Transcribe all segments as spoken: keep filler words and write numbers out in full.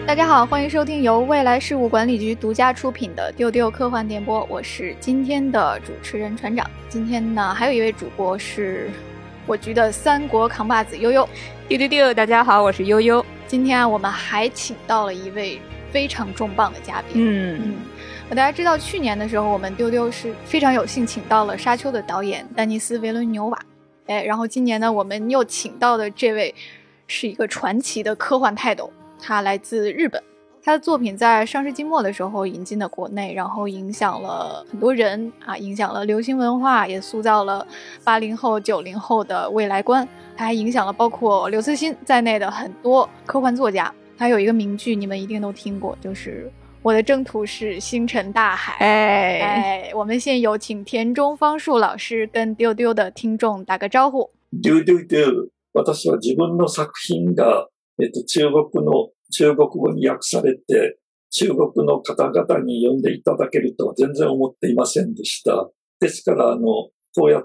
大家好，欢迎收听由未来事务管理局独家出品的丢丢科幻电波，我是今天的主持人船长。今天呢，还有一位主播是我局的三国扛把子悠悠。 丢丢丢，大家好，我是悠悠。 今天啊，我们还请到了一位非常重磅的嘉宾。 嗯嗯，大家知道去年的时候，我们丢丢是非常有幸请到了沙丘的导演丹尼斯·维伦纽瓦。哎，然后今年呢，我们又请到的这位是一个传奇的科幻泰斗。他来自日本，他的作品在上世纪末的时候引进了国内，然后影响了很多人啊，影响了流行文化，也塑造了八零后九零后的未来观。他还影响了包括刘慈欣在内的很多科幻作家。他有一个名句你们一定都听过，就是我的征途是星辰大海。 哎哎，我们先有请田中芳树老师跟丢丢的听众打个招呼。 丢丢丢，私は自分の作品がえっと、中国の、中国語に訳されて、中国の方々に読んでいただけるとは全然思っていませんでした。ですから、あの、こうやって、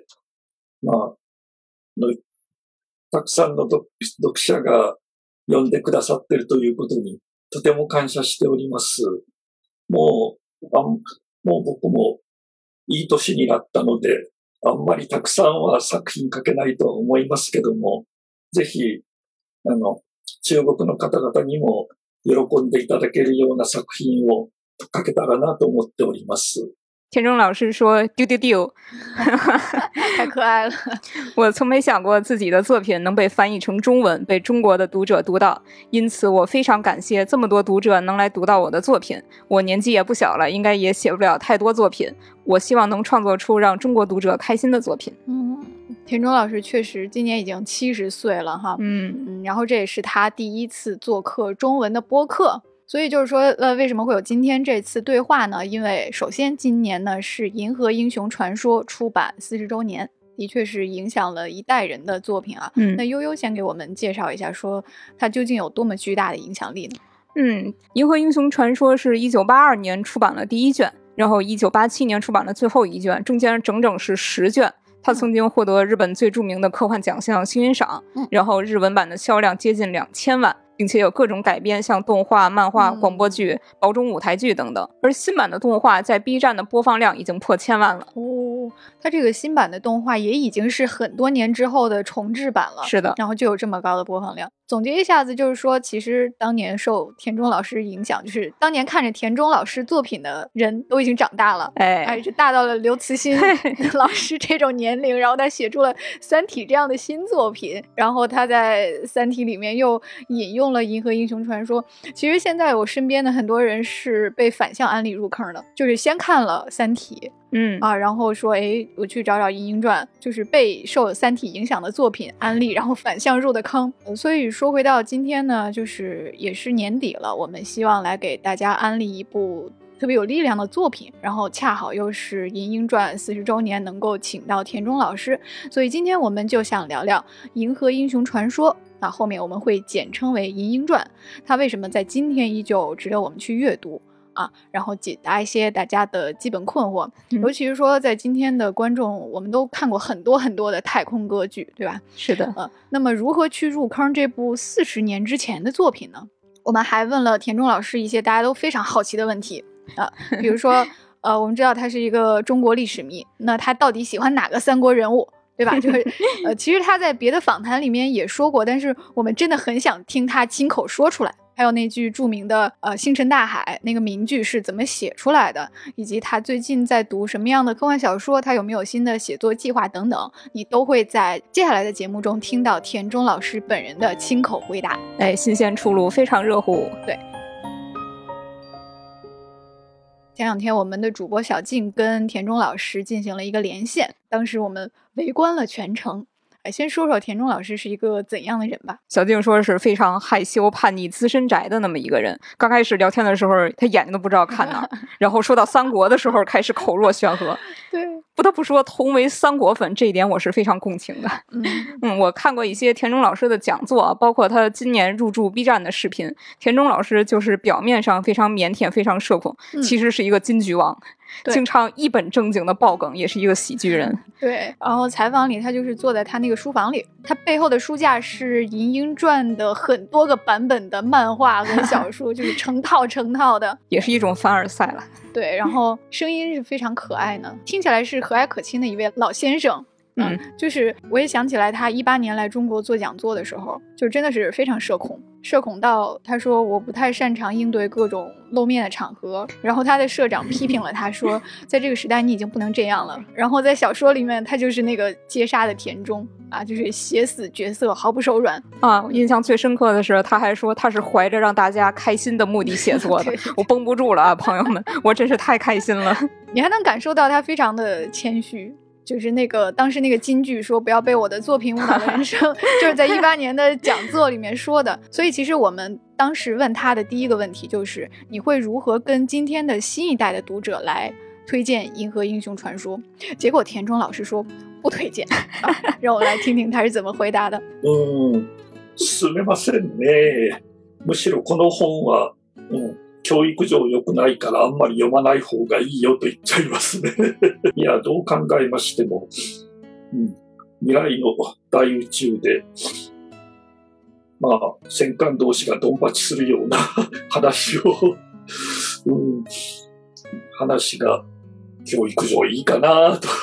まあ、のたくさんの読者が読んでくださっているということに、とても感謝しております。もう、あもう僕もいい年になったので、あんまりたくさんは作品書けないと思いますけども、ぜひ、あの、中国の方々にも喜んでいただけるような作品を書けたらなと思っております。 田中老师说丢丢丢太可爱了。 我从没想过自己的作品能被翻译成中文，被中国的读者读到，因此我非常感谢这么多读者能来读到我的作品。我年纪也不小了，应该也写不了太多作品，我希望能创作出让中国读者开心的作品。 嗯，田中老师确实今年已经七十岁了哈。 嗯嗯，然后这也是他第一次做客中文的播客。所以就是说呃，为什么会有今天这次对话呢？因为首先今年呢是银河英雄传说出版四十周年，的确是影响了一代人的作品啊。 嗯， 那悠悠先给我们介绍一下，说它究竟有多么巨大的影响力呢？ 嗯，银河英雄传说是一九八二年出版了第一卷，然后一九八七年出版了最后一卷，中间整整是十卷。他曾经获得日本最著名的科幻奖项星云赏， 嗯， 然后日文版的销量接近两千万，并且有各种改编，像动画、漫画、广播剧、包中舞台剧等等。而新版的动画在 B 站的播放量已经破千万了。 哦，它这个新版的动画也已经是很多年之后的重制版了。 是的， 然后就有这么高的播放量。总结一下子就是说，其实当年受田中老师影响，就是当年看着田中老师作品的人都已经长大了， 哎， 哎，就大到了刘慈欣老师这种年龄，然后他写出了《三体》这样的新作品，然后他在《三体》里面又引用了《银河英雄传说》。其实现在我身边的很多人是被反向安利入坑的，就是先看了《三体》。 嗯啊，然后说，哎，我去找找《银鹰传》，就是被受《三体》影响的作品安利，然后反向入的坑。所以说回到今天呢，就是也是年底了，我们希望来给大家安利一部特别有力量的作品，然后恰好又是《银鹰传》四十周年，能够请到田中老师，所以今天我们就想聊聊《银河英雄传说》。那后面我们会简称为《银鹰传》，它为什么在今天依旧值得我们去阅读？啊，然后解答一些大家的基本困惑， 嗯、 尤其是说在今天的观众，我们都看过很多很多的太空歌剧，对吧？ 是的。 呃，那么如何去入坑这部四十年之前的作品呢？我们还问了田中老师一些大家都非常好奇的问题啊、呃，比如说，呃，我们知道他是一个中国历史迷，那他到底喜欢哪个三国人物？对吧？就是呃，其实他在别的访谈里面也说过，但是我们真的很想听他亲口说出来。还有那句著名的呃星辰大海那个名句是怎么写出来的，以及他最近在读什么样的科幻小说，他有没有新的写作计划等等，你都会在接下来的节目中听到田中老师本人的亲口回答。 哎，新鲜出炉，非常热乎。 对。前两天我们的主播小静跟田中老师进行了一个连线，当时我们围观了全程。哎，先说说田中老师是一个怎样的人吧。 小静说是非常害羞叛逆资深宅的那么一个人，刚开始聊天的时候他眼睛都不知道看哪儿然后说到三国的时候开始口若悬河。 对， 不得不说同为三国粉这一点我是非常共情的。 嗯嗯，我看过一些田中老师的讲座，包括他今年入驻 B 站的视频，田中老师就是表面上非常腼腆非常社恐、嗯、其实是一个金句王。 经常一本正经的爆梗，也是一个喜剧人。 对，然后采访里他就是坐在他那个书房里，他背后的书架是《银鹰传》的很多个版本的漫画跟小说，就是成套成套的， 也是一种凡尔赛了。 对，然后声音是非常可爱呢，听起来是和蔼可亲的一位老先生。嗯，嗯就是我也想起来他一八年来中国做讲座的时候，就真的是非常社恐，社恐到他说我不太擅长应对各种露面的场合，然后他的社长批评了他说在这个时代你已经不能这样了。然后在小说里面他就是那个接杀的田中啊，就是写死角色毫不手软啊。我印象最深刻的是他还说他是怀着让大家开心的目的写作的我绷不住了啊，朋友们，我真是太开心了。 你还能感受到他非常的谦虚，就是那个当时那个金句说不要被我的作品误导了人生就是在一八年的讲座里面说的。所以其实我们当时问他的第一个问题就是你会如何跟今天的新一代的读者来推荐《银河英雄传说》，结果田中老师说不推荐、啊、让我来听听他是怎么回答的。 うんすみませんね。むしろこの本は、うん、教育上良くないからあんまり読まない方がいいよと言っちゃいますねいやどう考えましても、うん、未来の大宇宙でまあ戦艦同士がドンパチするような話を、うん、話が教育上いいかなと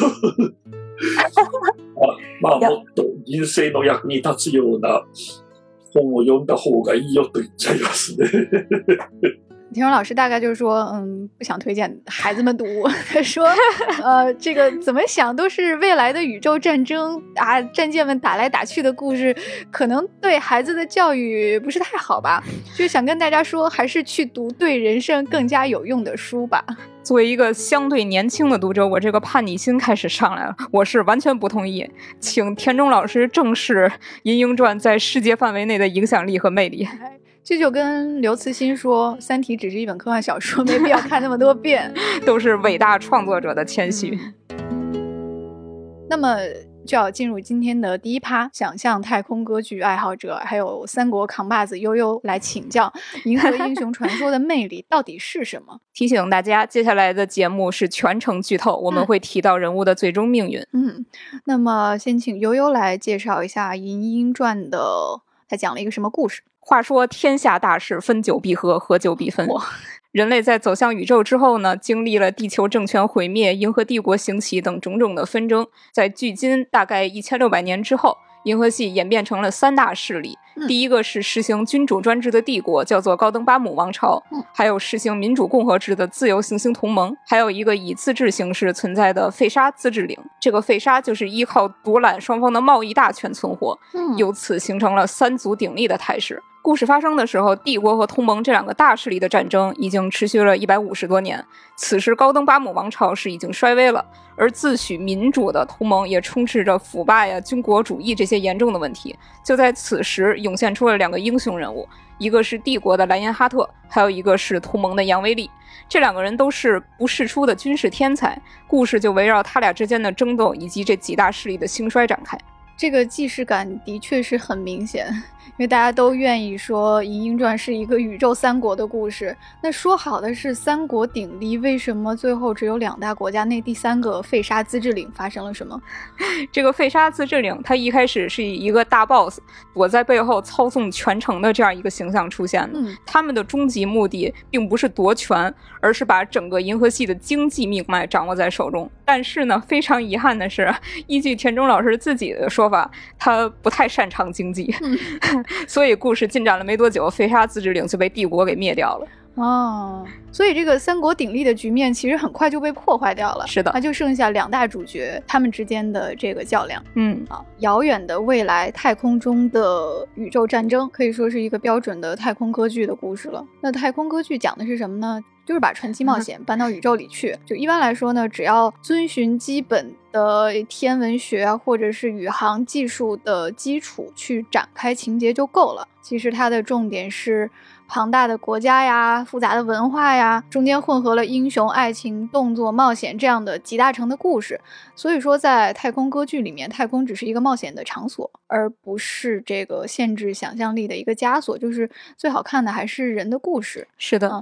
まあ、まあ、もっと人生の役に立つような本を読んだ方がいいよと言っちゃいますね田中老师大概就是说嗯，不想推荐孩子们读他说呃，这个怎么想都是未来的宇宙战争啊，战舰们打来打去的故事，可能对孩子的教育不是太好吧，就想跟大家说还是去读对人生更加有用的书吧。 作为一个相对年轻的读者，我这个叛逆心开始上来了，我是完全不同意，请田中老师正视《银鹰传》在世界范围内的影响力和魅力。 这就跟刘慈欣说《三体》只是一本科幻小说，没必要看那么多遍都是伟大创作者的谦虚、 嗯、那么就要进入今天的第一趴，想向太空歌剧爱好者还有三国扛把子悠悠来请教《银河英雄传说》的魅力到底是什么提醒大家接下来的节目是全程剧透、嗯、我们会提到人物的最终命运。 嗯，那么先请悠悠来介绍一下《银鹰传》的他讲了一个什么故事。 话说天下大事，分久必合，合久必分。人类在走向宇宙之后呢，经历了地球政权毁灭、银河帝国兴起等种种的纷争，在距今大概一千六百年之后，银河系演变成了三大势力、嗯、第一个是实行君主专制的帝国，叫做高登巴姆王朝、嗯、还有实行民主共和制的自由行星同盟，还有一个以自治形式存在的费沙自治领。这个费沙就是依靠独揽双方的贸易大权存活、嗯、由此形成了三足鼎立的态势。故事发生的时候，帝国和同盟这两个大势力的战争已经持续了一百五十多年，此时高登巴姆王朝是已经衰微了，而自诩民主的同盟也充斥着腐败呀、军国主义这些严重的问题。就在此时涌现出了两个英雄人物，一个是帝国的莱因哈特，还有一个是同盟的杨威利。这两个人都是不世出的军事天才，故事就围绕他俩之间的争斗以及这几大势力的兴衰展开。 这个既视感的确是很明显，因为大家都愿意说《银鹰传》是一个宇宙三国的故事。那说好的是三国鼎立，为什么最后只有两大国家？那第三个费沙自治领发生了什么？ 这个费沙自治领，它一开始是以一个大 boss 躲在背后操纵全城的这样一个形象出现的、嗯、他们的终极目的并不是夺权，而是把整个银河系的经济命脉掌握在手中。但是呢，非常遗憾的是，依据田中老师自己的说法，他不太擅长经济、嗯、所以故事进展了没多久，费沙自治领就被帝国给灭掉了。 哦，所以这个三国鼎立的局面其实很快就被破坏掉了。 是的， 那就剩下两大主角他们之间的这个较量。 嗯啊，遥远的未来太空中的宇宙战争可以说是一个标准的太空歌剧的故事了。那太空歌剧讲的是什么呢？就是把传奇冒险搬到宇宙里去。就一般来说呢，只要遵循基本的天文学或者是宇航技术的基础去展开情节就够了。其实它的重点是庞大的国家呀，复杂的文化呀，中间混合了英雄、爱情、动作、冒险这样的集大成的故事。所以说在太空歌剧里面，太空只是一个冒险的场所，而不是这个限制想象力的一个枷锁，就是最好看的还是人的故事。 是的、 嗯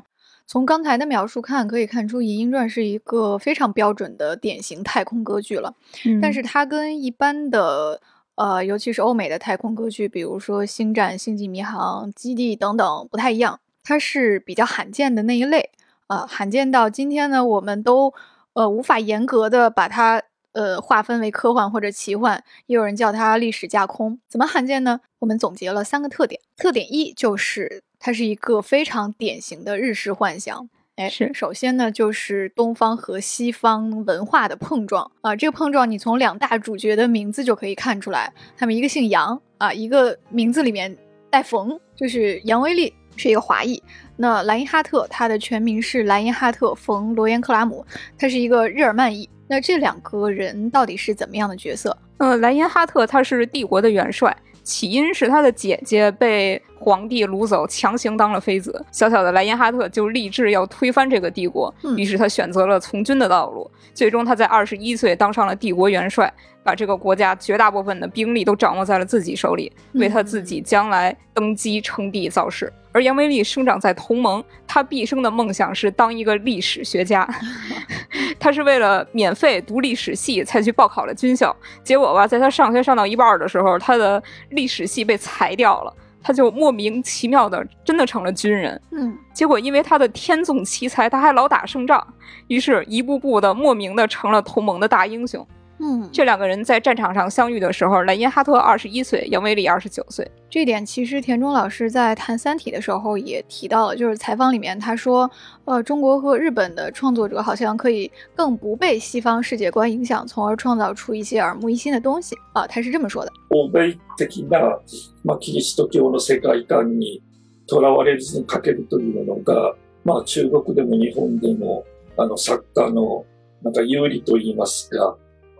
从刚才的描述看，可以看出《银鹰传》是一个非常标准的典型太空歌剧了。 嗯、 但是它跟一般的呃，尤其是欧美的太空歌剧，比如说《星战》《星际迷航》《基地》等等不太一样，它是比较罕见的那一类啊、呃，罕见到今天呢，我们都呃无法严格的把它呃划分为科幻或者奇幻，也有人叫它历史架空。怎么罕见呢？我们总结了三个特点。特点一就是它是一个非常典型的日式幻想。哎， 是， 首先呢，就是东方和西方文化的碰撞啊、呃。这个碰撞，你从两大主角的名字就可以看出来，他们一个姓杨啊，一个名字里面带冯，就是杨威利是一个华裔。那莱因哈特，他的全名是莱因哈特·冯·罗延克拉姆，他是一个日耳曼裔。那这两个人到底是怎么样的角色？ 呃，莱因哈特他是帝国的元帅。起因是他的姐姐被皇帝掳走，强行当了妃子。小小的莱因哈特就立志要推翻这个帝国， 嗯、 于是他选择了从军的道路。最终他在二十一岁当上了帝国元帅，把这个国家绝大部分的兵力都掌握在了自己手里，为他自己将来登基称帝造势。而杨威利生长在同盟，他毕生的梦想是当一个历史学家。他是为了免费读历史系才去报考了军校，结果吧，在他上学上到一半的时候，他的历史系被裁掉了，他就莫名其妙的真的成了军人。 嗯， 结果因为他的天纵奇才，他还老打胜仗，于是一步步的莫名的成了同盟的大英雄。 嗯， 这两个人在战场上相遇的时候，莱因哈特二十一岁，杨威利二十九岁。 这点其实田中老师在谈《三体》的时候也提到了，就是采访里面他说，呃，中国和日本的创作者好像可以更不被西方世界观影响，从而创造出一些耳目一新的东西啊、呃，他是这么说的。 欧米的な、まあ、キリスト教の世界観にとらわれずに描けるというのが、まあ、中国でも日本でもあの作家のなんか有利と言いますか。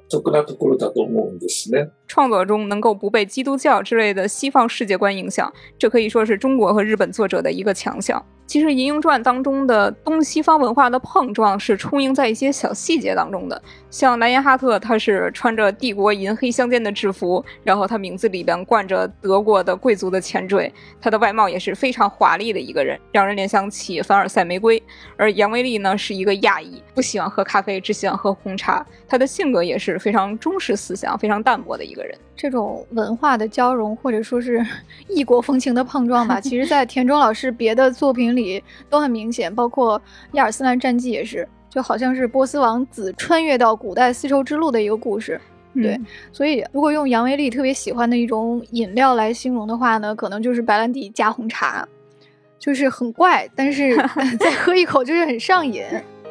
创作中能够不被基督教之类的西方世界观影响，这可以说是中国和日本作者的一个强项。其实《银鹰传》当中的东西方文化的碰撞是充盈在一些小细节当中的，像莱因哈特他是穿着帝国银黑相间的制服，然后他名字里边冠着德国的贵族的前缀，他的外貌也是非常华丽的一个人，让人联想起凡尔赛玫瑰。而杨威利呢是一个亚裔，不喜欢喝咖啡，只喜欢喝红茶，他的性格也是非常中式思想，非常淡泊的一个人。 这种文化的交融或者说是异国风情的碰撞吧，其实在田中老师别的作品里都很明显，包括《亚尔斯兰战记》也是，就好像是波斯王子穿越到古代丝绸之路的一个故事。对、嗯，所以如果用杨威利特别喜欢的一种饮料来形容的话呢，可能就是白兰地加红茶，就是很怪，但是再喝一口就是很上瘾。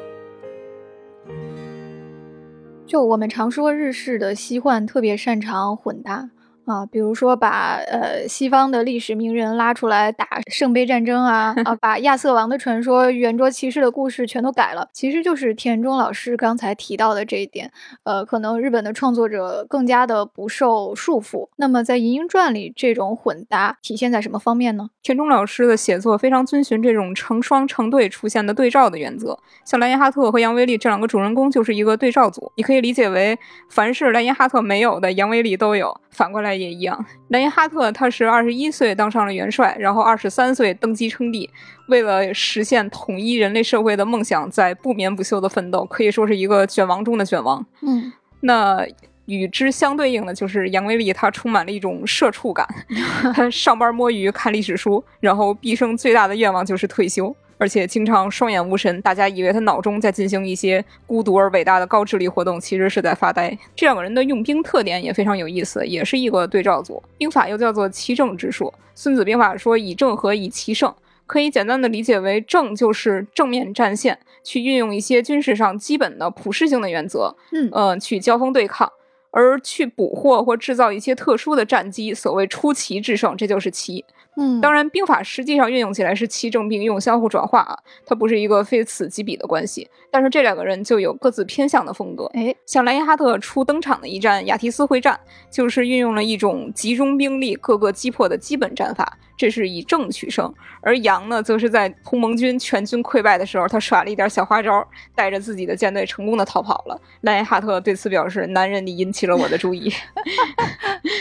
就我们常说日式的西幻特别擅长混搭啊，比如说把呃西方的历史名人拉出来打圣杯战争啊啊，把亚瑟王的传说、圆桌骑士的故事全都改了，其实就是田中老师刚才提到的这一点。呃，可能日本的创作者更加的不受束缚。那么在《银鹰传》里，这种混搭体现在什么方面呢？ 田中老师的写作非常遵循这种成双成对出现的对照的原则，像莱因哈特和杨威利这两个主人公就是一个对照组，你可以理解为凡是莱因哈特没有的，杨威利都有，反过来也一样。莱因哈特他是二十一岁当上了元帅，然后二十三岁登基称帝，为了实现统一人类社会的梦想，在不眠不休的奋斗，可以说是一个卷王中的卷王。 嗯， 那与之相对应的就是杨威利，他充满了一种社畜感，他上班摸鱼看历史书，然后毕生最大的愿望就是退休，而且经常双眼无神，大家以为他脑中在进行一些孤独而伟大的高智力活动，其实是在发呆。这两个人的用兵特点也非常有意思，也是一个对照组。兵法又叫做奇正之术，孙子兵法说以正合以奇胜，可以简单的理解为正就是正面战线，去运用一些军事上基本的普适性的原则， 嗯呃，去交锋对抗，而去捕获或制造一些特殊的战机，所谓出奇制胜，这就是奇。 嗯， 当然兵法实际上运用起来是奇正并用，相互转化啊，它不是一个非此即彼的关系。但是这两个人就有各自偏向的风格。 哎， 像莱因哈特初登场的一战雅提斯会战，就是运用了一种集中兵力各个击破的基本战法，这是以正取胜。而杨呢，则是在同盟军全军溃败的时候，他耍了一点小花招，带着自己的舰队成功的逃跑了。莱因哈特对此表示：男人，你引起了我的注意。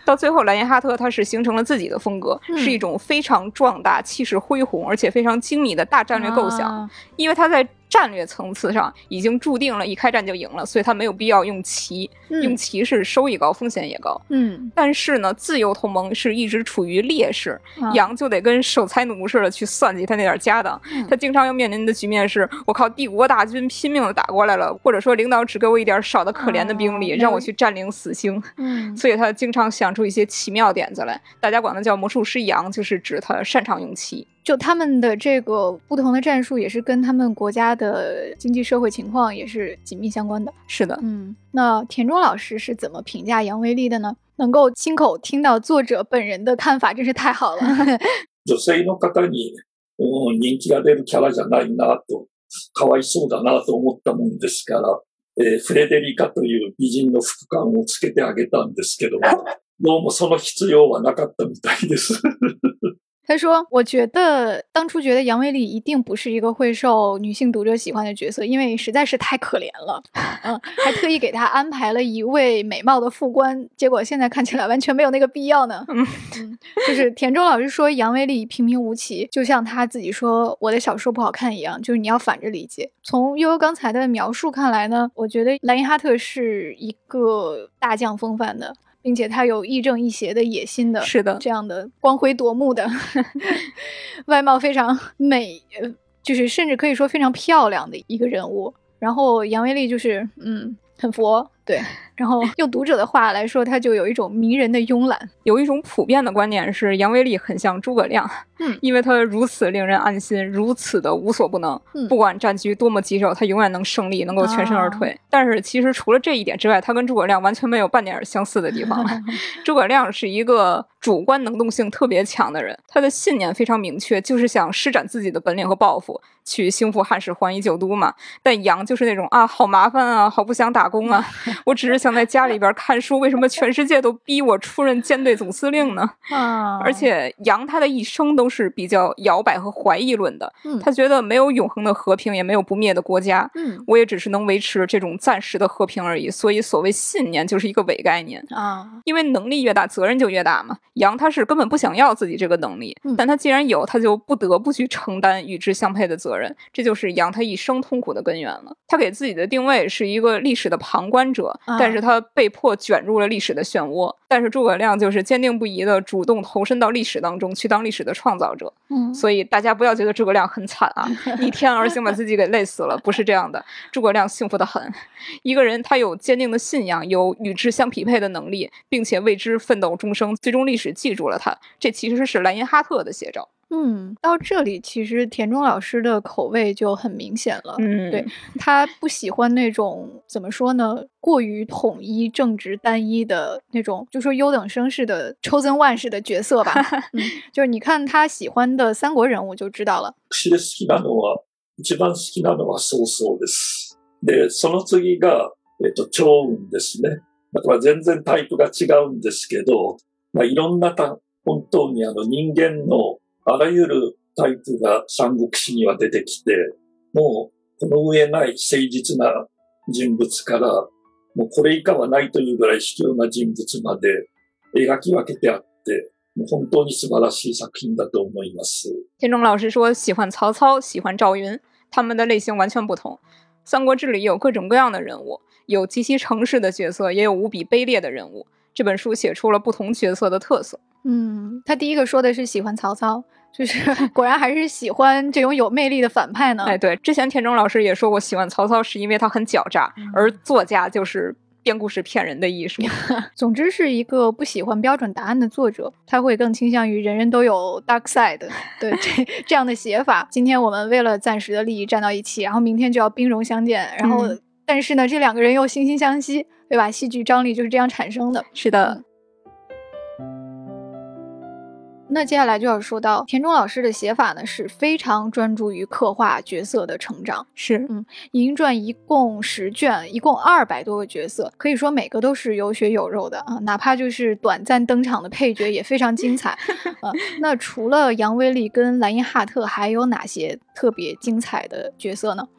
到最后莱因哈特他是形成了自己的风格、 嗯、 是一种非常壮大气势恢宏而且非常精密的大战略构想、啊、因为他在战略层次上已经注定了一开战就赢了，所以他没有必要用骑、嗯、用骑是收益高风险也高。 嗯， 但是呢自由同盟是一直处于劣势、啊、杨就得跟守财奴似的去算计他那点家当、嗯、他经常要面临的局面是我靠帝国大军拼命的打过来了，或者说领导只给我一点少的可怜的兵力、啊、让我去占领死星、嗯、所以他经常想出一些奇妙点子来，大家管他叫魔术师杨，就是指他擅长用骑。 就他们的这个不同的战术也是跟他们国家的经济社会情况也是紧密相关的。 是的， 嗯，那田中老师是怎么评价杨威利的呢？能够亲口听到作者本人的看法真是太好了。 女性の方に、うん、人気が出るキャラじゃないなと、かわいそうだなと思ったもんですから、えー、フレデリカという美人の副官をつけてあげたんですけども、どうもその必要はなかったみたいです。 他说我觉得当初觉得杨威利一定不是一个会受女性读者喜欢的角色，因为实在是太可怜了。嗯，还特意给他安排了一位美貌的副官，结果现在看起来完全没有那个必要呢。嗯，就是田中老师说杨威利平平无奇，就像他自己说我的小说不好看一样，就是你要反着理解。从悠悠刚才的描述看来呢，我觉得莱因哈特是一个大将风范的，并且他有亦正亦邪的野心的， 是的， 这样的光辉夺目的外貌非常美，就是甚至可以说非常漂亮的一个人物。然后杨威利就是嗯很佛，对，然后用读者的话来说，他就有一种迷人的慵懒。 有一种普遍的观点是杨威利很像诸葛亮，嗯，因为他如此令人安心，如此的无所不能、嗯、不管战局多么棘手，他永远能胜利，能够全身而退、啊、但是其实除了这一点之外，他跟诸葛亮完全没有半点相似的地方。诸葛亮是一个主观能动性特别强的人，他的信念非常明确，就是想施展自己的本领和抱负去兴复汉室，还以旧都嘛。但杨就是那种啊好麻烦啊，好不想打工啊，我只是想在家里边看书，为什么全世界都逼我出任舰队总司令呢？啊！而且杨他的一生都是比较摇摆和怀疑论的、嗯、他觉得没有永恒的和平，也没有不灭的国家、嗯、我也只是能维持这种暂时的和平而已，所以所谓信念就是一个伪概念啊。因为能力越大责任就越大嘛，杨他是根本不想要自己这个能力、嗯、但他既然有，他就不得不去承担与之相配的责任，这就是杨他一生痛苦的根源了。他给自己的定位是一个历史的旁观者、啊、但是他被迫卷入了历史的漩涡。但是诸葛亮就是坚定不移的主动投身到历史当中去当历史的创造者、嗯、所以大家不要觉得诸葛亮很惨啊，一天而行把自己给累死了，不是这样的。诸葛亮幸福的很，一个人他有坚定的信仰，有与之相匹配的能力，并且为之奋斗终生，最终历史记住了他，这其实是莱因哈特的写照。 嗯，到这里其实田中老师的口味就很明显了。嗯，对，他不喜欢那种怎么说呢，过于统一、正直、单一的那种，就说优等生式的chosen one式的角色吧。嗯，就是你看他喜欢的三国人物就知道了。 私で好きなのは一番好きなのは曹操です。で、その次がえっと趙雲ですね。だから全然タイプが違うんですけど、まあいろんなた本当にあの人間のあらゆるタイプが三国志には出てきて、もうこの上ない誠実な人物から、もうこれ以下はないというぐらい卑怯な人物まで描き分けてあって、もう本当に素晴らしい作品だと思います。 田中老师说喜欢曹操，喜欢赵云，他们的类型完全不同。三国志里有各种各样的人物，有极其诚实的角色，也有无比卑劣的人物。这本书写出了不同角色的特色。 嗯，他第一个说的是喜欢曹操，就是果然还是喜欢这种有魅力的反派呢。 哎，对，之前田中老师也说过，喜欢曹操是因为他很狡诈、嗯、而作家就是编故事骗人的艺术。 总之是一个不喜欢标准答案的作者，他会更倾向于人人都有 dark side 对这这样的写法。今天我们为了暂时的利益站到一起，然后明天就要兵戎相见，然后、嗯、但是呢这两个人又惺惺相惜，对吧？戏剧张力就是这样产生的。 是的。 那接下来就要说到田中老师的写法呢，是非常专注于刻画角色的成长。 是， 嗯，《芈英传》一共十卷，一共二百多个角色，可以说每个都是有血有肉的啊，哪怕就是短暂登场的配角也非常精彩。啊，那除了杨威利跟莱因哈特，还有哪些特别精彩的角色呢？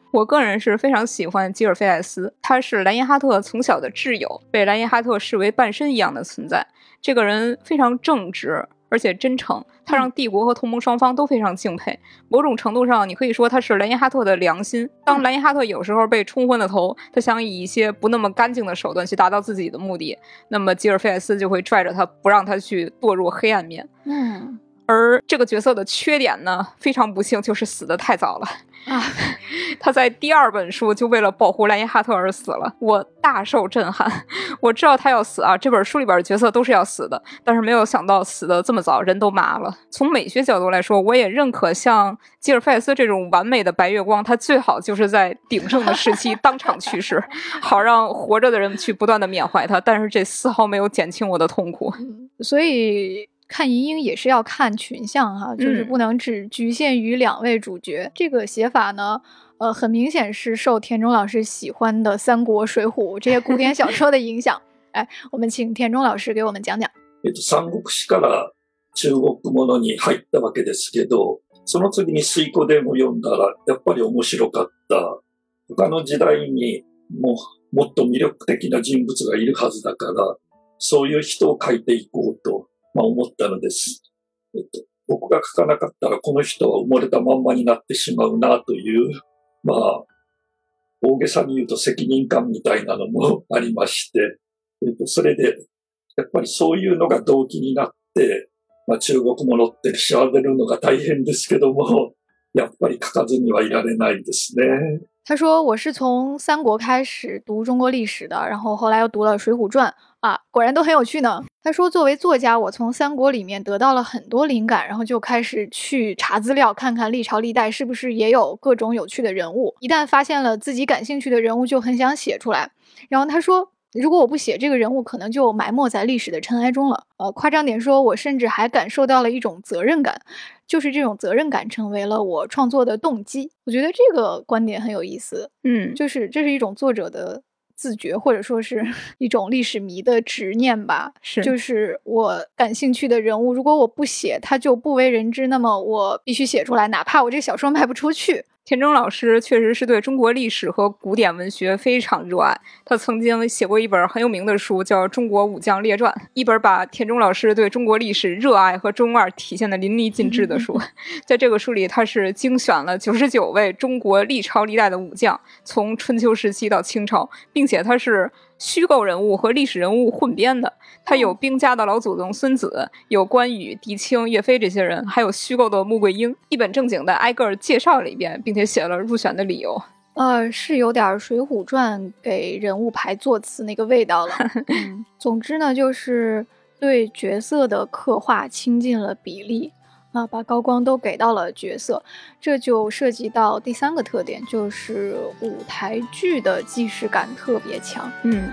我个人是非常喜欢吉尔菲艾斯，他是莱因哈特从小的挚友，被莱因哈特视为半身一样的存在。这个人非常正直而且真诚，他让帝国和同盟双方都非常敬佩。某种程度上你可以说他是莱因哈特的良心。当莱因哈特有时候被冲昏了头，他想以一些不那么干净的手段去达到自己的目的，那么吉尔菲艾斯就会拽着他，不让他去堕入黑暗面。 嗯， 而这个角色的缺点呢，非常不幸，就是死得太早了啊！他在第二本书就为了保护莱因哈特而死了，我大受震撼。我知道他要死啊，这本书里边的角色都是要死的，但是没有想到死得这么早，人都麻了。从美学角度来说，我也认可像吉尔菲艾斯这种完美的白月光，他最好就是在鼎盛的时期当场去世，好让活着的人去不断的缅怀他，但是这丝毫没有减轻我的痛苦。 所以看银鹰也是要看群像哈、啊，就是不能只局限于两位主角。嗯、这个写法呢，呃，很明显是受田中老师喜欢的三国、水浒这些古典小说的影响。哎，我们请田中老师给我们讲讲。 えっと、三国志から中国ものに入ったわけですけど、その次に水滸伝を読んだらやっぱり面白かった。他の時代にももっと魅力的な人物がいるはずだから、そういう人を書いていこうと。まあ、思ったのです。えっと、僕が書かなかったらこの人は埋もれたまんまになってしまうなという、まあ、大げさに言うと責任感みたいなのもありまして、えっと、それで、やっぱりそういうのが動機になって、まあ、中国ものって調べるのが大変ですけども、やっぱり書かずにはいられないですね。 他说我是从三国开始读中国历史的，然后后来又读了水浒传啊，果然都很有趣呢。他说作为作家，我从三国里面得到了很多灵感，然后就开始去查资料，看看历朝历代是不是也有各种有趣的人物，一旦发现了自己感兴趣的人物就很想写出来。然后他说如果我不写这个人物，可能就埋没在历史的尘埃中了。呃，夸张点说，我甚至还感受到了一种责任感，就是这种责任感成为了我创作的动机。我觉得这个观点很有意思， 嗯， 就是这是一种作者的自觉，或者说是一种历史迷的执念吧。 是， 就是我感兴趣的人物，如果我不写，他就不为人知，那么我必须写出来，哪怕我这个小说卖不出去。 田中老师确实是对中国历史和古典文学非常热爱，他曾经写过一本很有名的书叫《中国武将列传》，一本把田中老师对中国历史热爱和中二体现的淋漓尽致的书。在这个书里，他是精选了九十九位中国历朝历代的武将，从春秋时期到清朝，并且他是虚构人物和历史人物混编的。他有兵家的老祖宗孙子，有关羽、狄青、岳飞这些人，还有虚构的穆桂英，一本正经的挨个介绍了一遍，并且写了入选的理由。 呃，是有点《水浒传》给人物排座词那个味道了。嗯，总之呢，就是对角色的刻画倾尽了比例啊，把高光都给到了角色。这就涉及到第三个特点，就是舞台剧的既视感特别强。 嗯。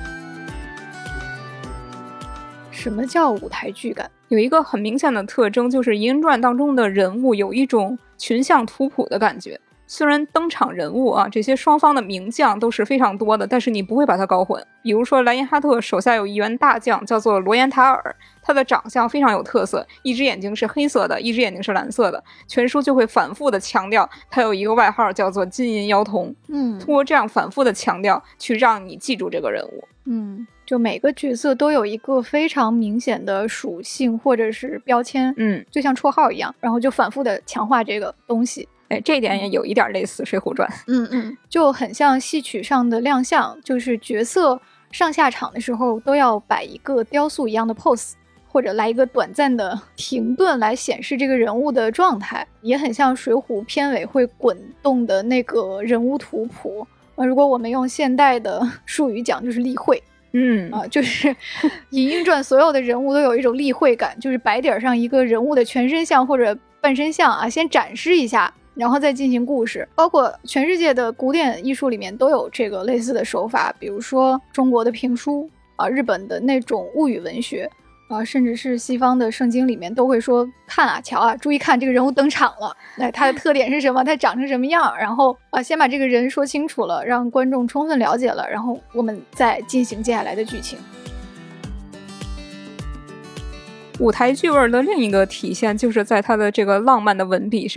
什么叫舞台剧感？ 有一个很明显的特征，就是《银鹰传》当中的人物有一种群像图谱的感觉。虽然登场人物啊，这些双方的名将都是非常多的，但是你不会把它搞混。比如说莱因哈特手下有一员大将叫做罗延塔尔，他的长相非常有特色，一只眼睛是黑色的，一只眼睛是蓝色的。全书就会反复的强调他有一个外号叫做金银妖童。 嗯， 通过这样反复的强调去让你记住这个人物。 嗯，就每个角色都有一个非常明显的属性或者是标签， 嗯， 就像绰号一样，然后就反复的强化这个东西。 哎，这一点也有一点类似《水浒传》。 嗯嗯，就很像戏曲上的亮相，就是角色上下场的时候都要摆一个雕塑一样的 pose， 或者来一个短暂的停顿来显示这个人物的状态，也很像《水浒》片尾会滚动的那个人物图谱。呃，如果我们用现代的术语讲，就是例会。 嗯啊，就是《银鹰传》所有的人物都有一种例会感，就是白底上一个人物的全身像或者半身像啊，先展示一下，然后再进行故事。包括全世界的古典艺术里面都有这个类似的手法，比如说中国的评书啊，日本的那种物语文学啊，甚至是西方的圣经里面都会说看啊瞧啊，注意看这个人物登场了，哎，他的特点是什么，他长成什么样，然后啊先把这个人说清楚了，让观众充分了解了，然后我们再进行接下来的剧情。舞台剧味的另一个体现就是在他的这个浪漫的文笔上，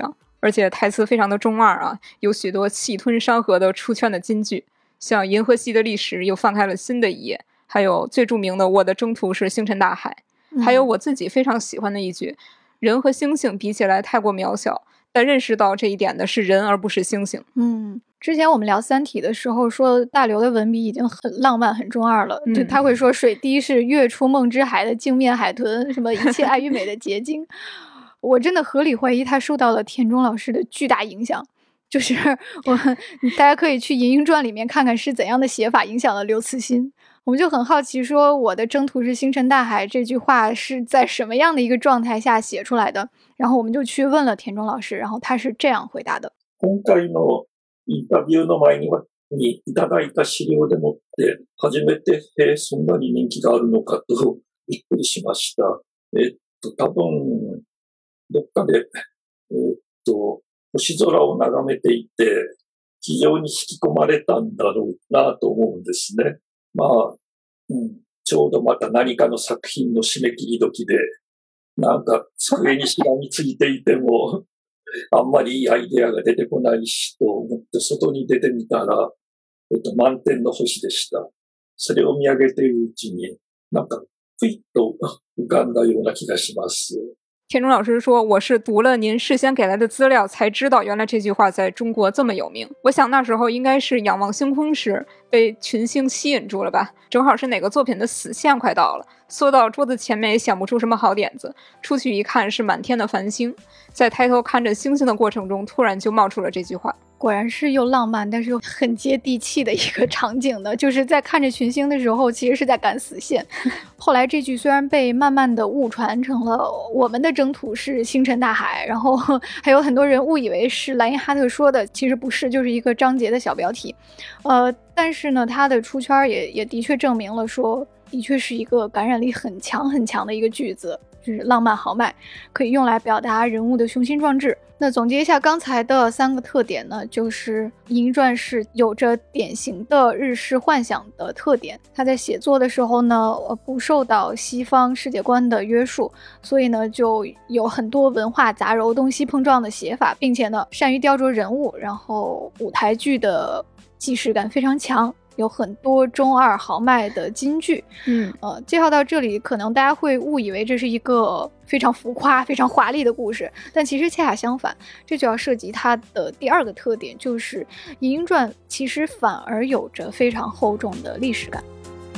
而且台词非常的中二啊，有许多气吞山河的出圈的金句，像银河系的历史又翻开了新的一页，还有最著名的我的征途是星辰大海， 嗯、 还有我自己非常喜欢的一句，人和星星比起来太过渺小，但认识到这一点的是人而不是星星。 嗯，之前我们聊三体的时候说大刘的文笔已经很浪漫很中二了、嗯、就他会说水滴是跃出梦之海的镜面海豚，什么一切爱与美的结晶我真的合理怀疑他受到了田中老师的巨大影响，就是我大家可以去《银鹰传》里面看看是怎样的写法影响了刘慈欣。我们就很好奇说我的征途是星辰大海这句话是在什么样的一个状态下写出来的，然后我们就去问了田中老师，然后他是这样回答的。 今回のインタビューの前ににいただいた資料でもって初めて、えー、そんなに人気があるのかとびっくりしました。えー、っと多分どっかで、えー、っと星空を眺めていて非常に引き込まれたんだろうなと思うんですね。まあ、うん、ちょうどまた何かの作品の締め切り時で、なんか机にしがみついていても、あんまりいいアイデアが出てこないしと思って外に出てみたら、えっと、満天の星でした。それを見上げているうちに、なんか、ふいっと浮かんだような気がします。 田中老师说，我是读了您事先给来的资料才知道原来这句话在中国这么有名。我想那时候应该是仰望星空时被群星吸引住了吧，正好是哪个作品的死线快到了，缩到桌子前面也想不出什么好点子，出去一看是满天的繁星，在抬头看着星星的过程中突然就冒出了这句话。 果然是又浪漫但是又很接地气的一个场景的，就是在看着群星的时候其实是在赶死线后来这句虽然被慢慢的误传成了我们的征途是星辰大海，然后还有很多人误以为是莱因哈特说的，其实不是，就是一个章节的小标题。呃，但是呢它的出圈也也的确证明了说的确是一个感染力很强很强的一个句子，就是浪漫豪迈，可以用来表达人物的雄心壮志。那总结一下刚才的三个特点呢，就是《银鹰传》是有着典型的日式幻想的特点，他在写作的时候呢，呃，不受到西方世界观的约束，所以呢就有很多文化杂糅东西碰撞的写法，并且呢善于雕琢人物，然后舞台剧的既视感非常强，有很多中二豪迈的金句。 嗯， 呃，介绍到这里可能大家会误以为这是一个非常浮夸非常华丽的故事，但其实恰恰相反，这就要涉及它的第二个特点，就是《银鹰传》其实反而有着非常厚重的历史感。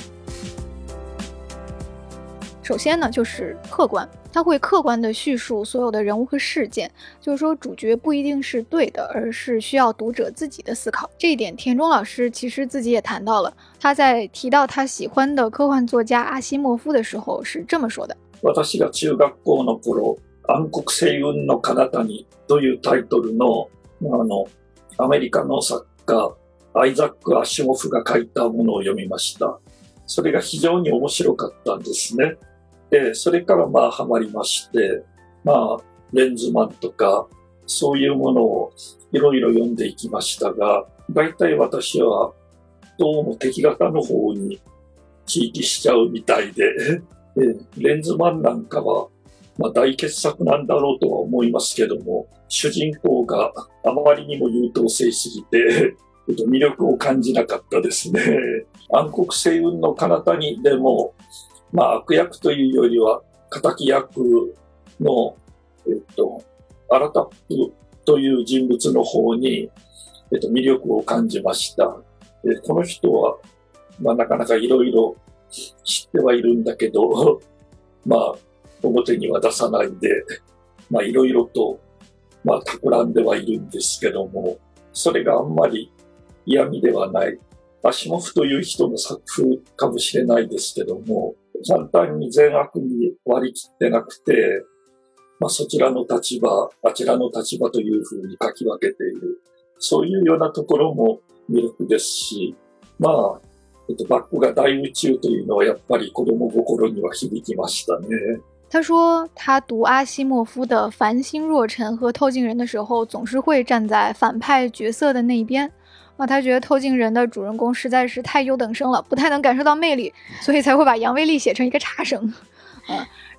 首先呢就是客观，它会客观地叙述所有的人物和事件，就是说主角不一定是对的，而是需要读者自己的思考。这一点田中老师其实自己也谈到了，他在提到他喜欢的科幻作家阿西莫夫的时候是这么说的。 私が中学校の頃、暗黒星雲の彼方にというタイトルの、あの、アメリカの作家、アイザック・アシモフが書いたものを読みました。それが非常に面白かったんですね。で、それからまあハマりまして、まあレンズマンとかそういうものをいろいろ読んでいきましたが、大体私はどうも敵方の方にひいきしちゃうみたいで、レンズマンなんかはまあ大傑作なんだろうとは思いますけども、主人公があまりにも優等生すぎて魅力を感じなかったですね。暗黒星雲の彼方にでもまあ悪役というよりは敵役の、えっと、アラタップという人物の方に、えっと、魅力を感じました。でこの人は、まあ、なかなかいろいろ知ってはいるんだけど、まあ表には出さないで、まあいろいろと、まあ企んではいるんですけども、それがあんまり嫌味ではない。アシモフという人の作風かもしれないですけども、簡単に善悪に割り切ってなくて、まあ、そちらの立場、あちらの立場というふうに書き分けている。そういうようなところも魅力ですし、まあ、えっと、バックが大宇宙というのはやっぱり子供心には響きましたね。 他说他读阿西莫夫的《繁星若尘》和《透镜人》的时候，总是会站在反派角色的那一边。啊，他觉得透镜人的主人公实在是太优等生了，不太能感受到魅力，所以才会把杨威利写成一个差生。啊，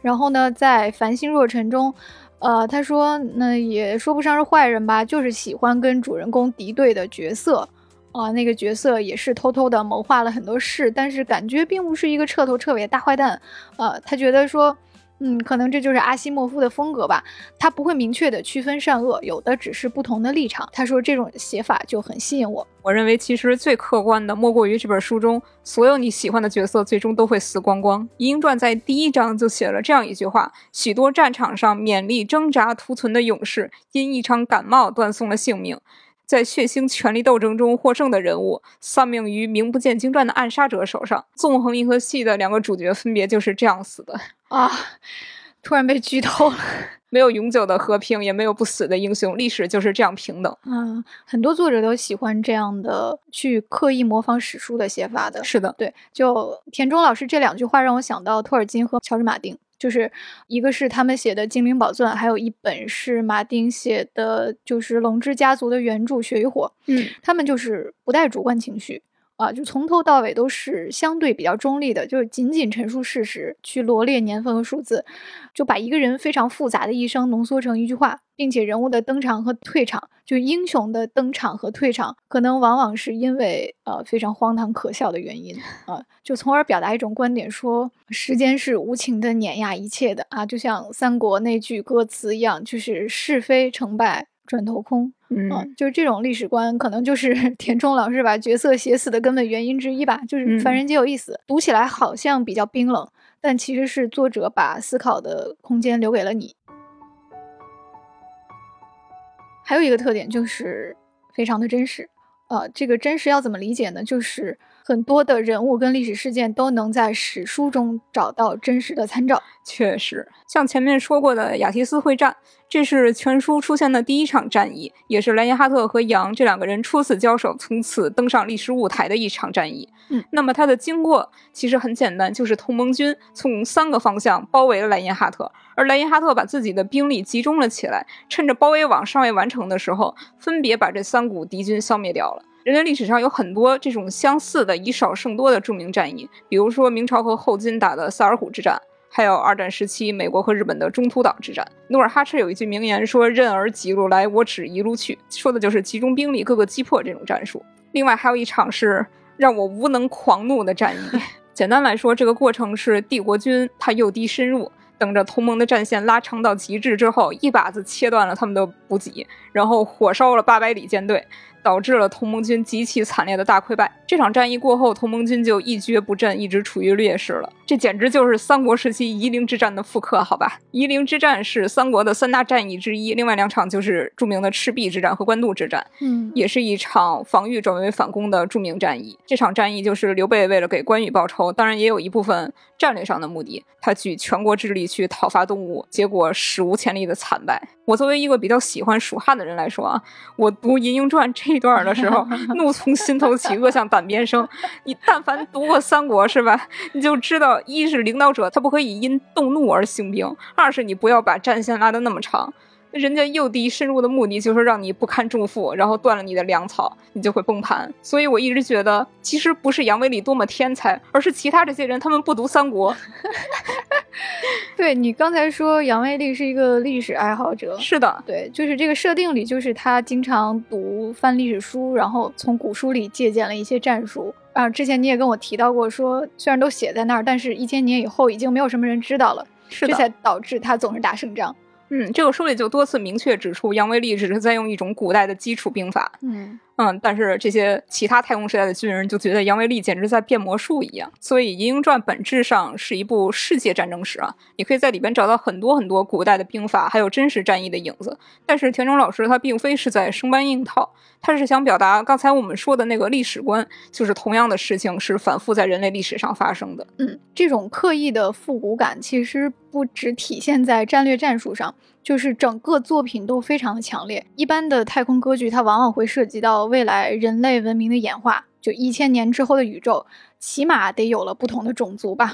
然后呢，在繁星若尘中，呃，他说那也说不上是坏人吧，就是喜欢跟主人公敌对的角色。啊、呃，那个角色也是偷偷的谋划了很多事，但是感觉并不是一个彻头彻尾的大坏蛋。呃，他觉得说，嗯，可能这就是阿西莫夫的风格吧，他不会明确的区分善恶，有的只是不同的立场。他说这种写法就很吸引我。 我认为其实最客观的莫过于这本书中所有你喜欢的角色最终都会死光光。《银鹰传》在第一章就写了这样一句话：许多战场上勉力挣扎图存的勇士因一场感冒断送了性命，在血腥权力斗争中获胜的人物丧命于名不见经传的暗杀者手上。纵横银河系的两个主角分别就是这样死的啊！突然被剧透了。 没有永久的和平，也没有不死的英雄，历史就是这样平等。 嗯，很多作者都喜欢这样的去刻意模仿史书的写法的。 是的， 对，就田中老师这两句话让我想到托尔金和乔治马丁，就是一个是他们写的《精灵宝钻》，还有一本是马丁写的，就是《龙之家族》的原著《血与火》。 嗯， 他们就是不带主观情绪啊，就从头到尾都是相对比较中立的，就是仅仅陈述事实，去罗列年份和数字，就把一个人非常复杂的一生浓缩成一句话，并且人物的登场和退场，就英雄的登场和退场，可能往往是因为呃非常荒唐可笑的原因啊，就从而表达一种观点，说时间是无情的碾压一切的啊，就像三国那句歌词一样，就是是非成败转头空。 嗯、 啊，就是这种历史观，可能就是田中老师把角色写死的根本原因之一吧。就是凡人皆有一死，嗯、读起来好像比较冰冷，但其实是作者把思考的空间留给了你。还有一个特点就是非常的真实。呃，这个真实要怎么理解呢？就是很多的人物跟历史事件都能在史书中找到真实的参照。 确实，像前面说过的雅提斯会战，这是全书出现的第一场战役，也是莱因哈特和杨这两个人初次交手，从此登上历史舞台的一场战役。 嗯， 那么它的经过其实很简单，就是同盟军从三个方向包围了莱因哈特，而莱因哈特把自己的兵力集中了起来，趁着包围网尚未完成的时候，分别把这三股敌军消灭掉了。人类历史上有很多这种相似的以少胜多的著名战役，比如说明朝和后金打的萨尔浒之战，还有二战时期美国和日本的中途岛之战。努尔哈赤有一句名言说，任尔几路来，我只一路去，说的就是集中兵力各个击破这种战术。另外还有一场是让我无能狂怒的战役。简单来说，这个过程是帝国军他诱敌深入，等着同盟的战线拉长到极致之后，一把子切断了他们的补给，然后火烧了八百里舰队，导致了同盟军极其惨烈的大溃败。这场战役过后，同盟军就一蹶不振，一直处于劣势了。这简直就是三国时期夷陵之战的复刻，好吧？夷陵之战是三国的三大战役之一，另外两场就是著名的赤壁之战和官渡之战， 嗯， 也是一场防御转为反攻的著名战役。这场战役就是刘备为了给关羽报仇，当然也有一部分战略上的目的，他举全国之力去讨伐东吴，结果史无前例的惨败。我作为一个比较喜欢蜀汉的人来说啊，我读《银鹰传》这一段的时候，怒从心头起，恶向胆边生。你但凡读过三国是吧，你就知道，一是领导者他不可以因动怒而兴兵，二是你不要把战线拉得那么长。人家诱敌深入的目的就是让你不堪重负，然后断了你的粮草，你就会崩盘。所以我一直觉得，其实不是杨威利多么天才，而是其他这些人他们不读三国。 对，你刚才说杨威利是一个历史爱好者， 是的， 对，就是这个设定里，就是他经常读翻历史书，然后从古书里借鉴了一些战术啊。之前你也跟我提到过说，虽然都写在那儿，但是一千年以后已经没有什么人知道了， 是的， 这才导致他总是打胜仗。 嗯，这个书里就多次明确指出，杨威利只是在用一种古代的基础兵法。 嗯嗯，但是这些其他太空时代的军人就觉得杨威利简直在变魔术一样。所以《银鹰传》本质上是一部世界战争史啊，你可以在里边找到很多很多古代的兵法，还有真实战役的影子。但是田中老师他并非是在生搬硬套，他是想表达刚才我们说的那个历史观，就是同样的事情是反复在人类历史上发生的。 嗯，这种刻意的复古感其实不只体现在战略战术上，就是整个作品都非常的强烈。一般的太空歌剧它往往会涉及到未来人类文明的演化，就一千年之后的宇宙起码得有了不同的种族吧，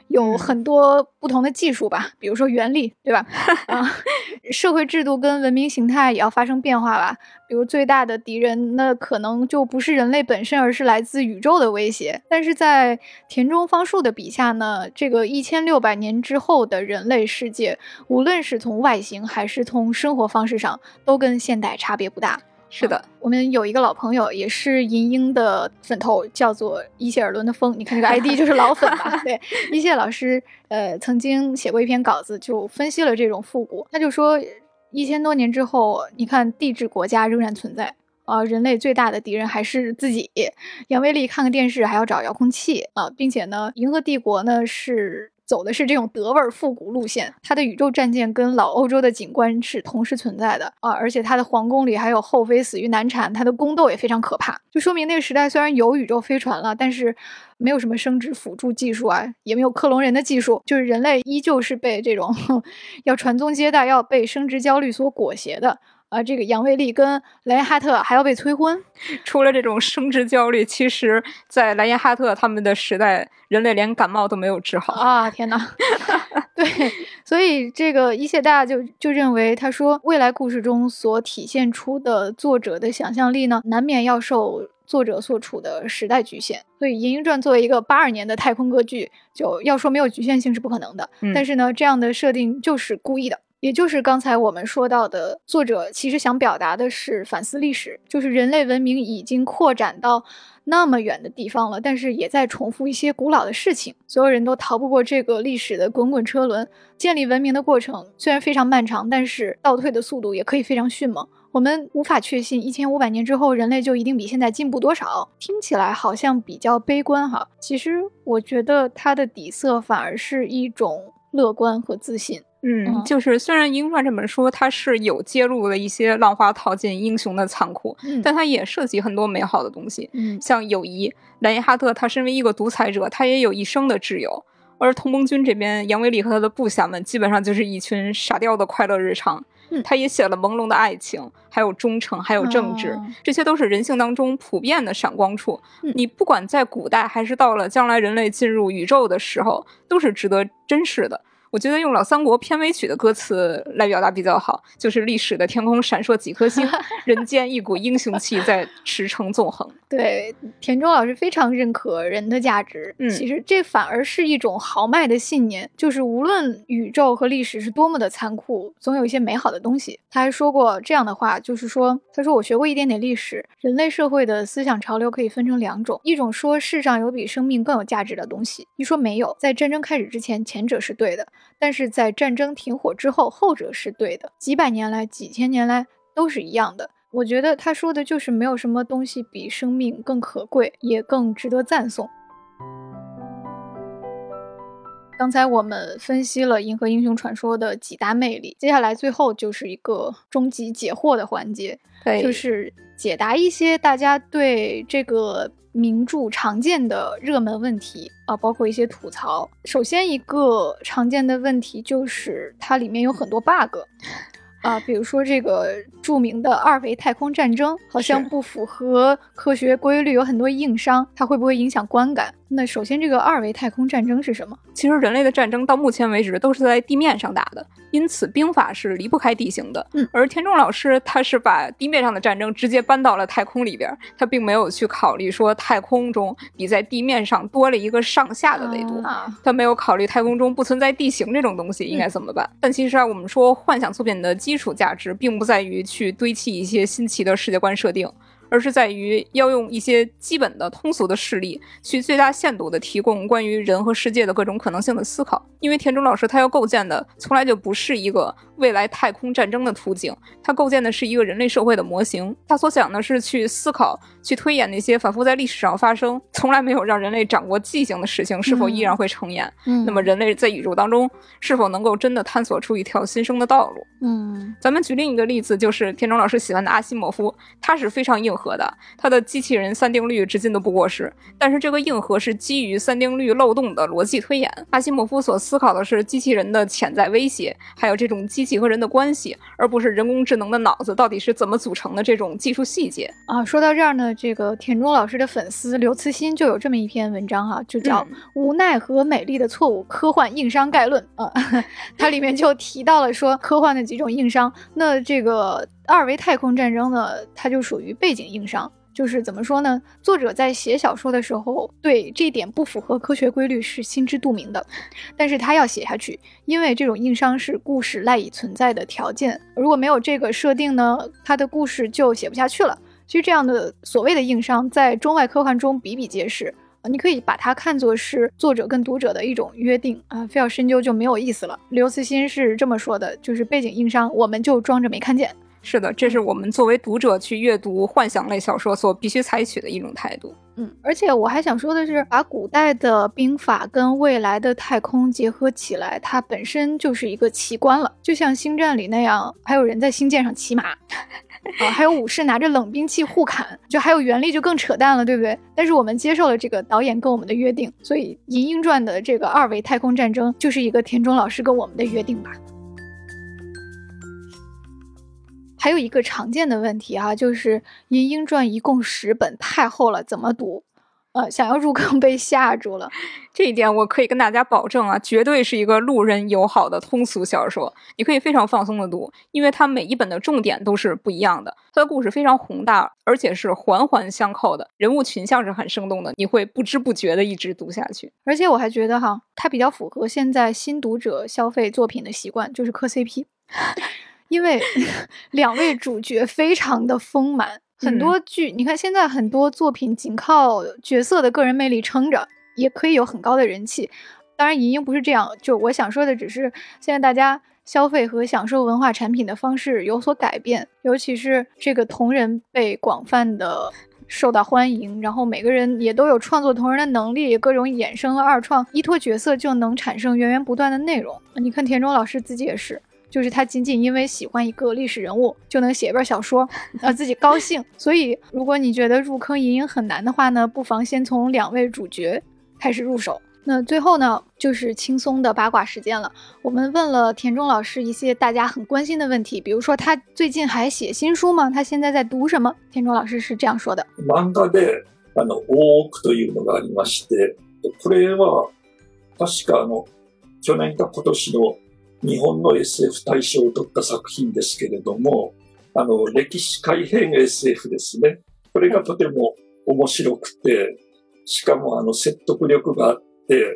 有很多不同的技术吧，比如说原力，对吧？啊，社会制度跟文明形态也要发生变化吧。比如最大的敌人，那可能就不是人类本身，而是来自宇宙的威胁。但是在田中芳树的笔下呢，这个一千六百年之后的人类世界，无论是从外形还是从生活方式上，都跟现代差别不大。 是的、 嗯，我们有一个老朋友，也是银鹰的粉头，叫做伊谢尔伦的风。你看这个 I D 就是老粉吧？对，伊谢老师呃曾经写过一篇稿子，就分析了这种复古。他就说，一千多年之后，你看帝制国家仍然存在啊、呃，人类最大的敌人还是自己。杨威利看个电视还要找遥控器啊、呃，并且呢，银河帝国呢是走的是这种德味复古路线，它的宇宙战舰跟老欧洲的景观是同时存在的啊，而且它的皇宫里还有后妃死于难产，它的宫斗也非常可怕，就说明那个时代虽然有宇宙飞船了，但是没有什么生殖辅助技术啊，也没有克隆人的技术，就是人类依旧是被这种要传宗接代、要被生殖焦虑所裹挟的。啊，这个杨威利跟莱因哈特还要被催婚。 除了这种生殖焦虑，其实在莱因哈特他们的时代，人类连感冒都没有治好啊！天哪，对，所以这个伊谢大就就认为，他说未来故事中所体现出的作者的想象力呢，难免要受作者所处的时代局限。所以《银鹰传》作为一个八二年的太空歌剧，就要说没有局限性是不可能的。 嗯、 但是呢，这样的设定就是故意的。也就是刚才我们说到的，作者其实想表达的是反思历史，就是人类文明已经扩展到那么远的地方了，但是也在重复一些古老的事情，所有人都逃不过这个历史的滚滚车轮。建立文明的过程虽然非常漫长，但是倒退的速度也可以非常迅猛。我们无法确信一千五百年之后人类就一定比现在进步多少，听起来好像比较悲观哈。其实我觉得它的底色反而是一种乐观和自信。 嗯，就是虽然《银鹰传》这本书它是有揭露了一些浪花淘尽英雄的残酷、嗯、但它也涉及很多美好的东西、嗯、像友谊。莱因哈特他身为一个独裁者，他也有一生的挚友，而同盟军这边杨威利和他的部下们基本上就是一群傻掉的快乐日常、嗯、他也写了朦胧的爱情，还有忠诚，还有政治、哦、这些都是人性当中普遍的闪光处、嗯、你不管在古代还是到了将来人类进入宇宙的时候，都是值得珍视的。我觉得用老三国片尾曲的歌词来表达比较好，就是历史的天空闪烁几颗星，人间一股英雄气在驰骋纵横。 对，田中老师非常认可人的价值、嗯、其实这反而是一种豪迈的信念，就是无论宇宙和历史是多么的残酷，总有一些美好的东西。他还说过这样的话，就是说他说我学过一点点历史，人类社会的思想潮流可以分成两种，一种说世上有比生命更有价值的东西，一说没有，在战争开始之前前者是对的，但是在战争停火之后后者是对的，几百年来几千年来都是一样的。我觉得他说的就是没有什么东西比生命更可贵，也更值得赞颂。刚才我们分析了银河英雄传说的几大魅力，接下来最后就是一个终极解惑的环节，就是解答一些大家对这个名著常见的热门问题啊，包括一些吐槽。首先一个常见的问题就是它里面有很多 bug啊，比如说这个著名的二维太空战争好像不符合科学规律，有很多硬伤，它会不会影响观感？那首先这个二维太空战争是什么？ 其实人类的战争到目前为止都是在地面上打的，因此兵法是离不开地形的。嗯，而田中老师他是把地面上的战争直接搬到了太空里边，他并没有去考虑说太空中比在地面上多了一个上下的维度、啊、他没有考虑太空中不存在地形这种东西应该怎么办、嗯、但其实啊，我们说幻想作品的基础价值并不在于去堆砌一些新奇的世界观设定，而是在于要用一些基本的通俗的事例去最大限度的提供关于人和世界的各种可能性的思考。因为田中老师他要构建的从来就不是一个未来太空战争的图景，他构建的是一个人类社会的模型，他所想的是去思考去推演那些反复在历史上发生从来没有让人类掌握记性的事情是否依然会重演、嗯、那么人类在宇宙当中是否能够真的探索出一条新生的道路。嗯，咱们举另一个例子，就是田中老师喜欢的阿西莫夫，他是非常硬核的，它的机器人三定律至今都不过时，但是这个硬核是基于三定律漏洞的逻辑推演。阿西莫夫所思考的是机器人的潜在威胁，还有这种机器和人的关系，而不是人工智能的脑子到底是怎么组成的这种技术细节啊。说到这儿呢，这个田中老师的粉丝刘慈欣就有这么一篇文章哈、啊，就叫《无奈和美丽的错误：科幻硬伤概论》啊，它里面就提到了说科幻的几种硬伤。那这个二维太空战争呢，它就属于背景硬伤。就是怎么说呢？作者在写小说的时候，对这一点不符合科学规律是心知肚明的，但是他要写下去，因为这种硬伤是故事赖以存在的条件。如果没有这个设定呢，他的故事就写不下去了。其实这样的所谓的硬伤，在中外科幻中比比皆是。你可以把它看作是作者跟读者的一种约定啊，非要深究就没有意思了。刘慈欣是这么说的，就是背景硬伤，我们就装着没看见。 是的，这是我们作为读者去阅读幻想类小说所必须采取的一种态度。 嗯，而且我还想说的是，把古代的兵法跟未来的太空结合起来，它本身就是一个奇观了。就像星战里那样，还有人在星舰上骑马啊，还有武士拿着冷兵器互砍，就还有原力就更扯淡了，对不对？但是我们接受了这个导演跟我们的约定，所以《银鹰传》的这个二维太空战争就是一个田中老师跟我们的约定吧。还有一个常见的问题哈、啊，就是《银鹰传》一共十本，太厚了，怎么读？呃，想要入坑被吓住了。 这一点我可以跟大家保证啊，绝对是一个路人友好的通俗小说，你可以非常放松的读，因为它每一本的重点都是不一样的，它的故事非常宏大，而且是环环相扣的，人物群像是很生动的，你会不知不觉的一直读下去。 而且我还觉得哈，它比较符合现在新读者消费作品的习惯，就是磕 C P。因为两位主角非常的丰满，很多剧、嗯、你看现在很多作品仅靠角色的个人魅力撑着，也可以有很高的人气。当然银鹰不是这样，就我想说的只是现在大家消费和享受文化产品的方式有所改变，尤其是这个同人被广泛的受到欢迎，然后每个人也都有创作同人的能力，各种衍生和二创，依托角色就能产生源源不断的内容。你看田中老师自己也是，就是他仅仅因为喜欢一个历史人物就能写一本小说，呃，自己高兴。所以如果你觉得入坑银鹰很难的话呢，不妨先从两位主角开始入手。那最后呢，就是轻松的八卦时间了。我们问了田中老师一些大家很关心的问题，比如说他最近还写新书吗？他现在在读什么？田中老师是这样说的： 漫画であの大奥というのがありまして、これは確かあの去年か今年の日本の エスエフ 大賞を取った作品ですけれども、あの歴史改変 エスエフ ですね。これがとても面白くて、しかもあの説得力があって、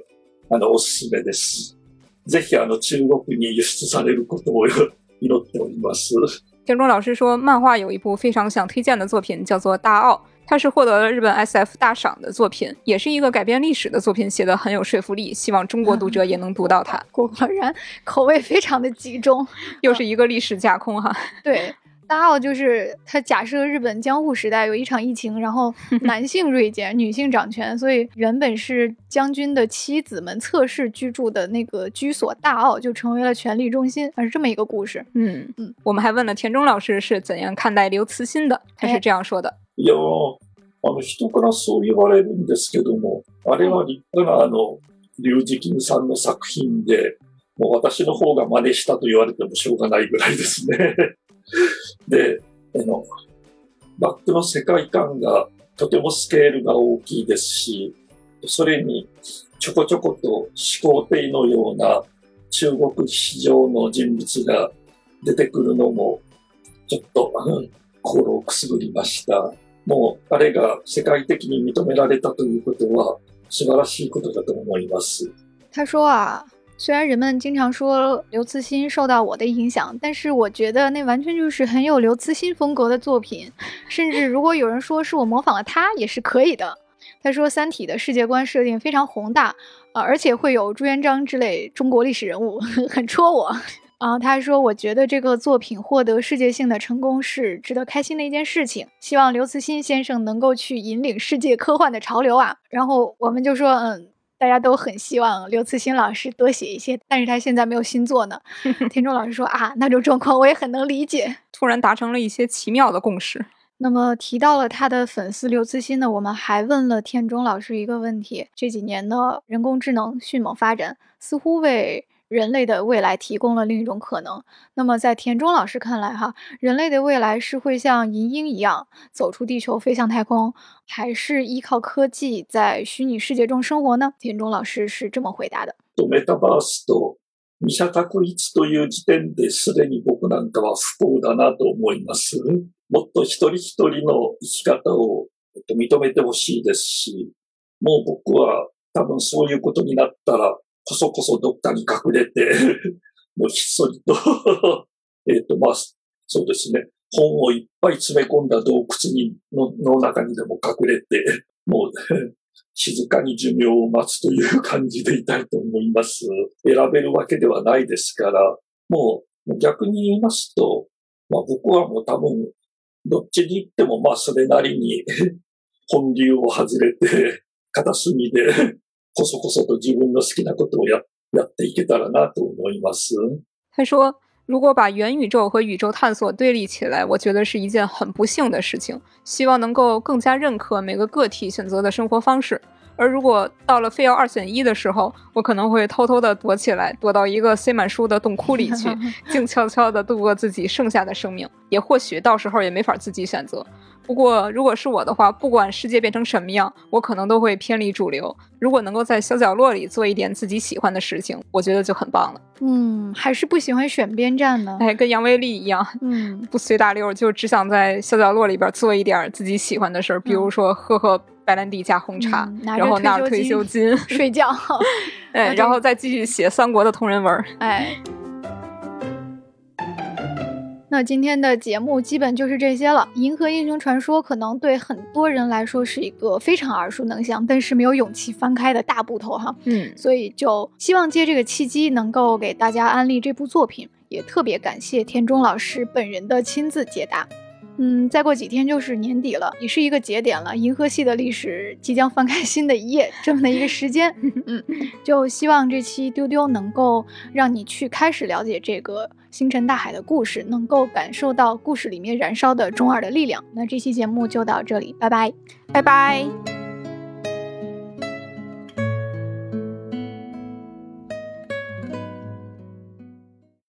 あのおすすめです。ぜひあの中国に輸出されることを祈っております。 田中老师说，漫画有一部非常想推荐的作品，叫做《大奥》。它是获得了日本 S F 大赏的作品，也是一个改编历史的作品，写得很有说服力，希望中国读者也能读到它。 果然口味非常的集中， 又是一个历史架空哈。 对，大奥就是它假设日本江户时代有一场疫情，然后男性锐减，女性掌权，所以原本是将军的妻子们侧室居住的那个居所大奥就成为了权力中心，是这么一个故事。 嗯嗯，我们还问了田中老师是怎样看待刘慈欣的，他是这样说的。 いや、あの人からそう言われるんですけども、あれは立派なあの劉慈欣さんの作品で、もう私の方が真似したと言われてもしょうがないぐらいですね。で、あのバックの世界観がとてもスケールが大きいですし、それにちょこちょこと始皇帝のような中国史上の人物が出てくるのもちょっと心をくすぐりました。もう彼が世界的に認められたということは素晴らしいことだと思います。 他说啊，虽然人们经常说刘慈欣受到我的影响，但是我觉得那完全就是很有刘慈欣风格的作品，甚至如果有人说是我模仿了他也是可以的。他说《三体》的世界观设定非常宏大、呃、而且会有朱元璋之类中国历史人物，很戳我。啊，他说我觉得这个作品获得世界性的成功是值得开心的一件事情，希望刘慈欣先生能够去引领世界科幻的潮流啊。然后我们就说嗯，大家都很希望刘慈欣老师多写一些，但是他现在没有新作呢。田中老师说啊，那种状况我也很能理解。 突然达成了一些奇妙的共识。 那么提到了他的粉丝刘慈欣呢，我们还问了田中老师一个问题：这几年的人工智能迅猛发展，似乎为人类的未来提供了另一种可能。那么在田中老师看来哈，人类的未来是会像银鹰一样走出地球飞向太空，还是依靠科技在虚拟世界中生活呢？田中老师是这么回答的： メタバースと二者択一という時点ですでに僕なんかは不幸だなと思います。もっと一人一人の生き方を認めてほしいですし、もう僕は多分そういうことになったらこそこそどっかに隠れてもうひっそりとえっとまあそうですね、本をいっぱい詰め込んだ洞窟に の, の中にでも隠れてもう静かに寿命を待つという感じでいたいと思います。選べるわけではないですから、もう逆に言いますと、まあ、僕はもう多分どっちに行ってもまあそれなりに本流を外れて片隅でこそこそと自分の好きなことを や, やっていけたらなと思います。 他说，如果把元宇宙和宇宙探索对立起来，我觉得是一件很不幸的事情，希望能够更加认可每个个体选择的生活方式。而如果到了非要二选一的时候，我可能会偷偷的躲起来，躲到一个塞满书的洞窟里去，静悄悄的度过自己剩下的生命，也或许到时候也没法自己选择。不过如果是我的话，不管世界变成什么样，我可能都会偏离主流。如果能够在小角落里做一点自己喜欢的事情，我觉得就很棒了。 嗯，还是不喜欢选边站呢。 哎，跟杨威利一样，嗯，不随大溜，就只想在小角落里边做一点自己喜欢的事儿，比如说喝喝白兰地加红茶，嗯、然后拿着退休金睡觉， 哎，然后再继续写三国的同人文， 哎。那今天的节目基本就是这些了。银河英雄传说可能对很多人来说是一个非常耳熟能详，但是没有勇气翻开的大部头哈。嗯，所以就希望借这个契机能够给大家安利这部作品，也特别感谢田中老师本人的亲自解答。嗯，再过几天就是年底了，也是一个节点了，银河系的历史即将翻开新的一页，这么的一个时间。嗯，就希望这期丢丢能够让你去开始了解这个星辰大海的故事，能够感受到故事里面燃烧的中二的力量。那这期节目就到这里，拜拜， 拜拜。